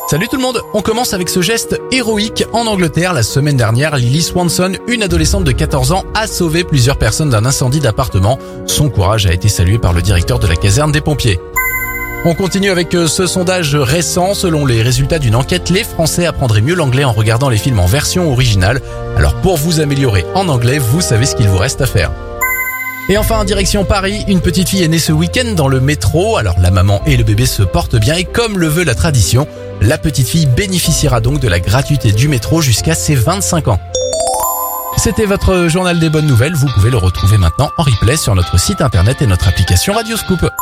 Salut tout le monde, on commence avec ce geste héroïque en Angleterre. La semaine dernière, Lily Swanson, une adolescente de 14 ans, a sauvé plusieurs personnes d'un incendie d'appartement. Son courage a été salué par le directeur de la caserne des pompiers. On continue avec ce sondage récent. Selon les résultats d'une enquête, les Français apprendraient mieux l'anglais en regardant les films en version originale. Alors pour vous améliorer en anglais, vous savez ce qu'il vous reste à faire. Et enfin, direction Paris, une petite fille est née ce week-end dans le métro. Alors la maman et le bébé se portent bien et comme le veut la tradition, la petite fille bénéficiera donc de la gratuité du métro jusqu'à ses 25 ans. C'était votre journal des bonnes nouvelles. Vous pouvez le retrouver maintenant en replay sur notre site internet et notre application Radioscoop.